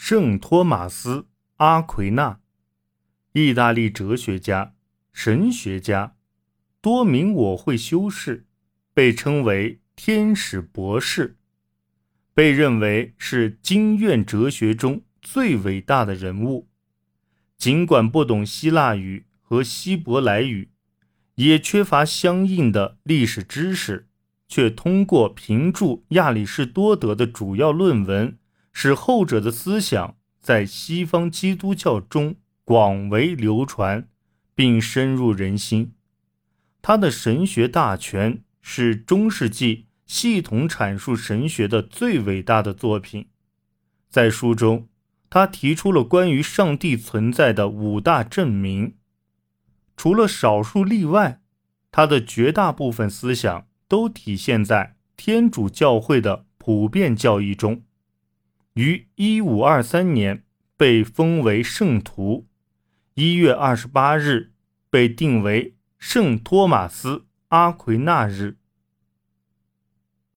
圣托马斯·阿奎那，意大利哲学家、神学家，多名我会修士，被称为天使博士，被认为是经院哲学中最伟大的人物。尽管不懂希腊语和希伯来语，也缺乏相应的历史知识，却通过评注亚里士多德的主要论文，使后者的思想在西方基督教中广为流传，并深入人心。他的神学大全是中世纪系统阐述神学的最伟大的作品。在书中，他提出了关于上帝存在的5大证明。除了少数例外，他的绝大部分思想都体现在天主教会的普遍教义中。于1523年被封为圣徒，1月28日被定为圣托马斯·阿奎那日。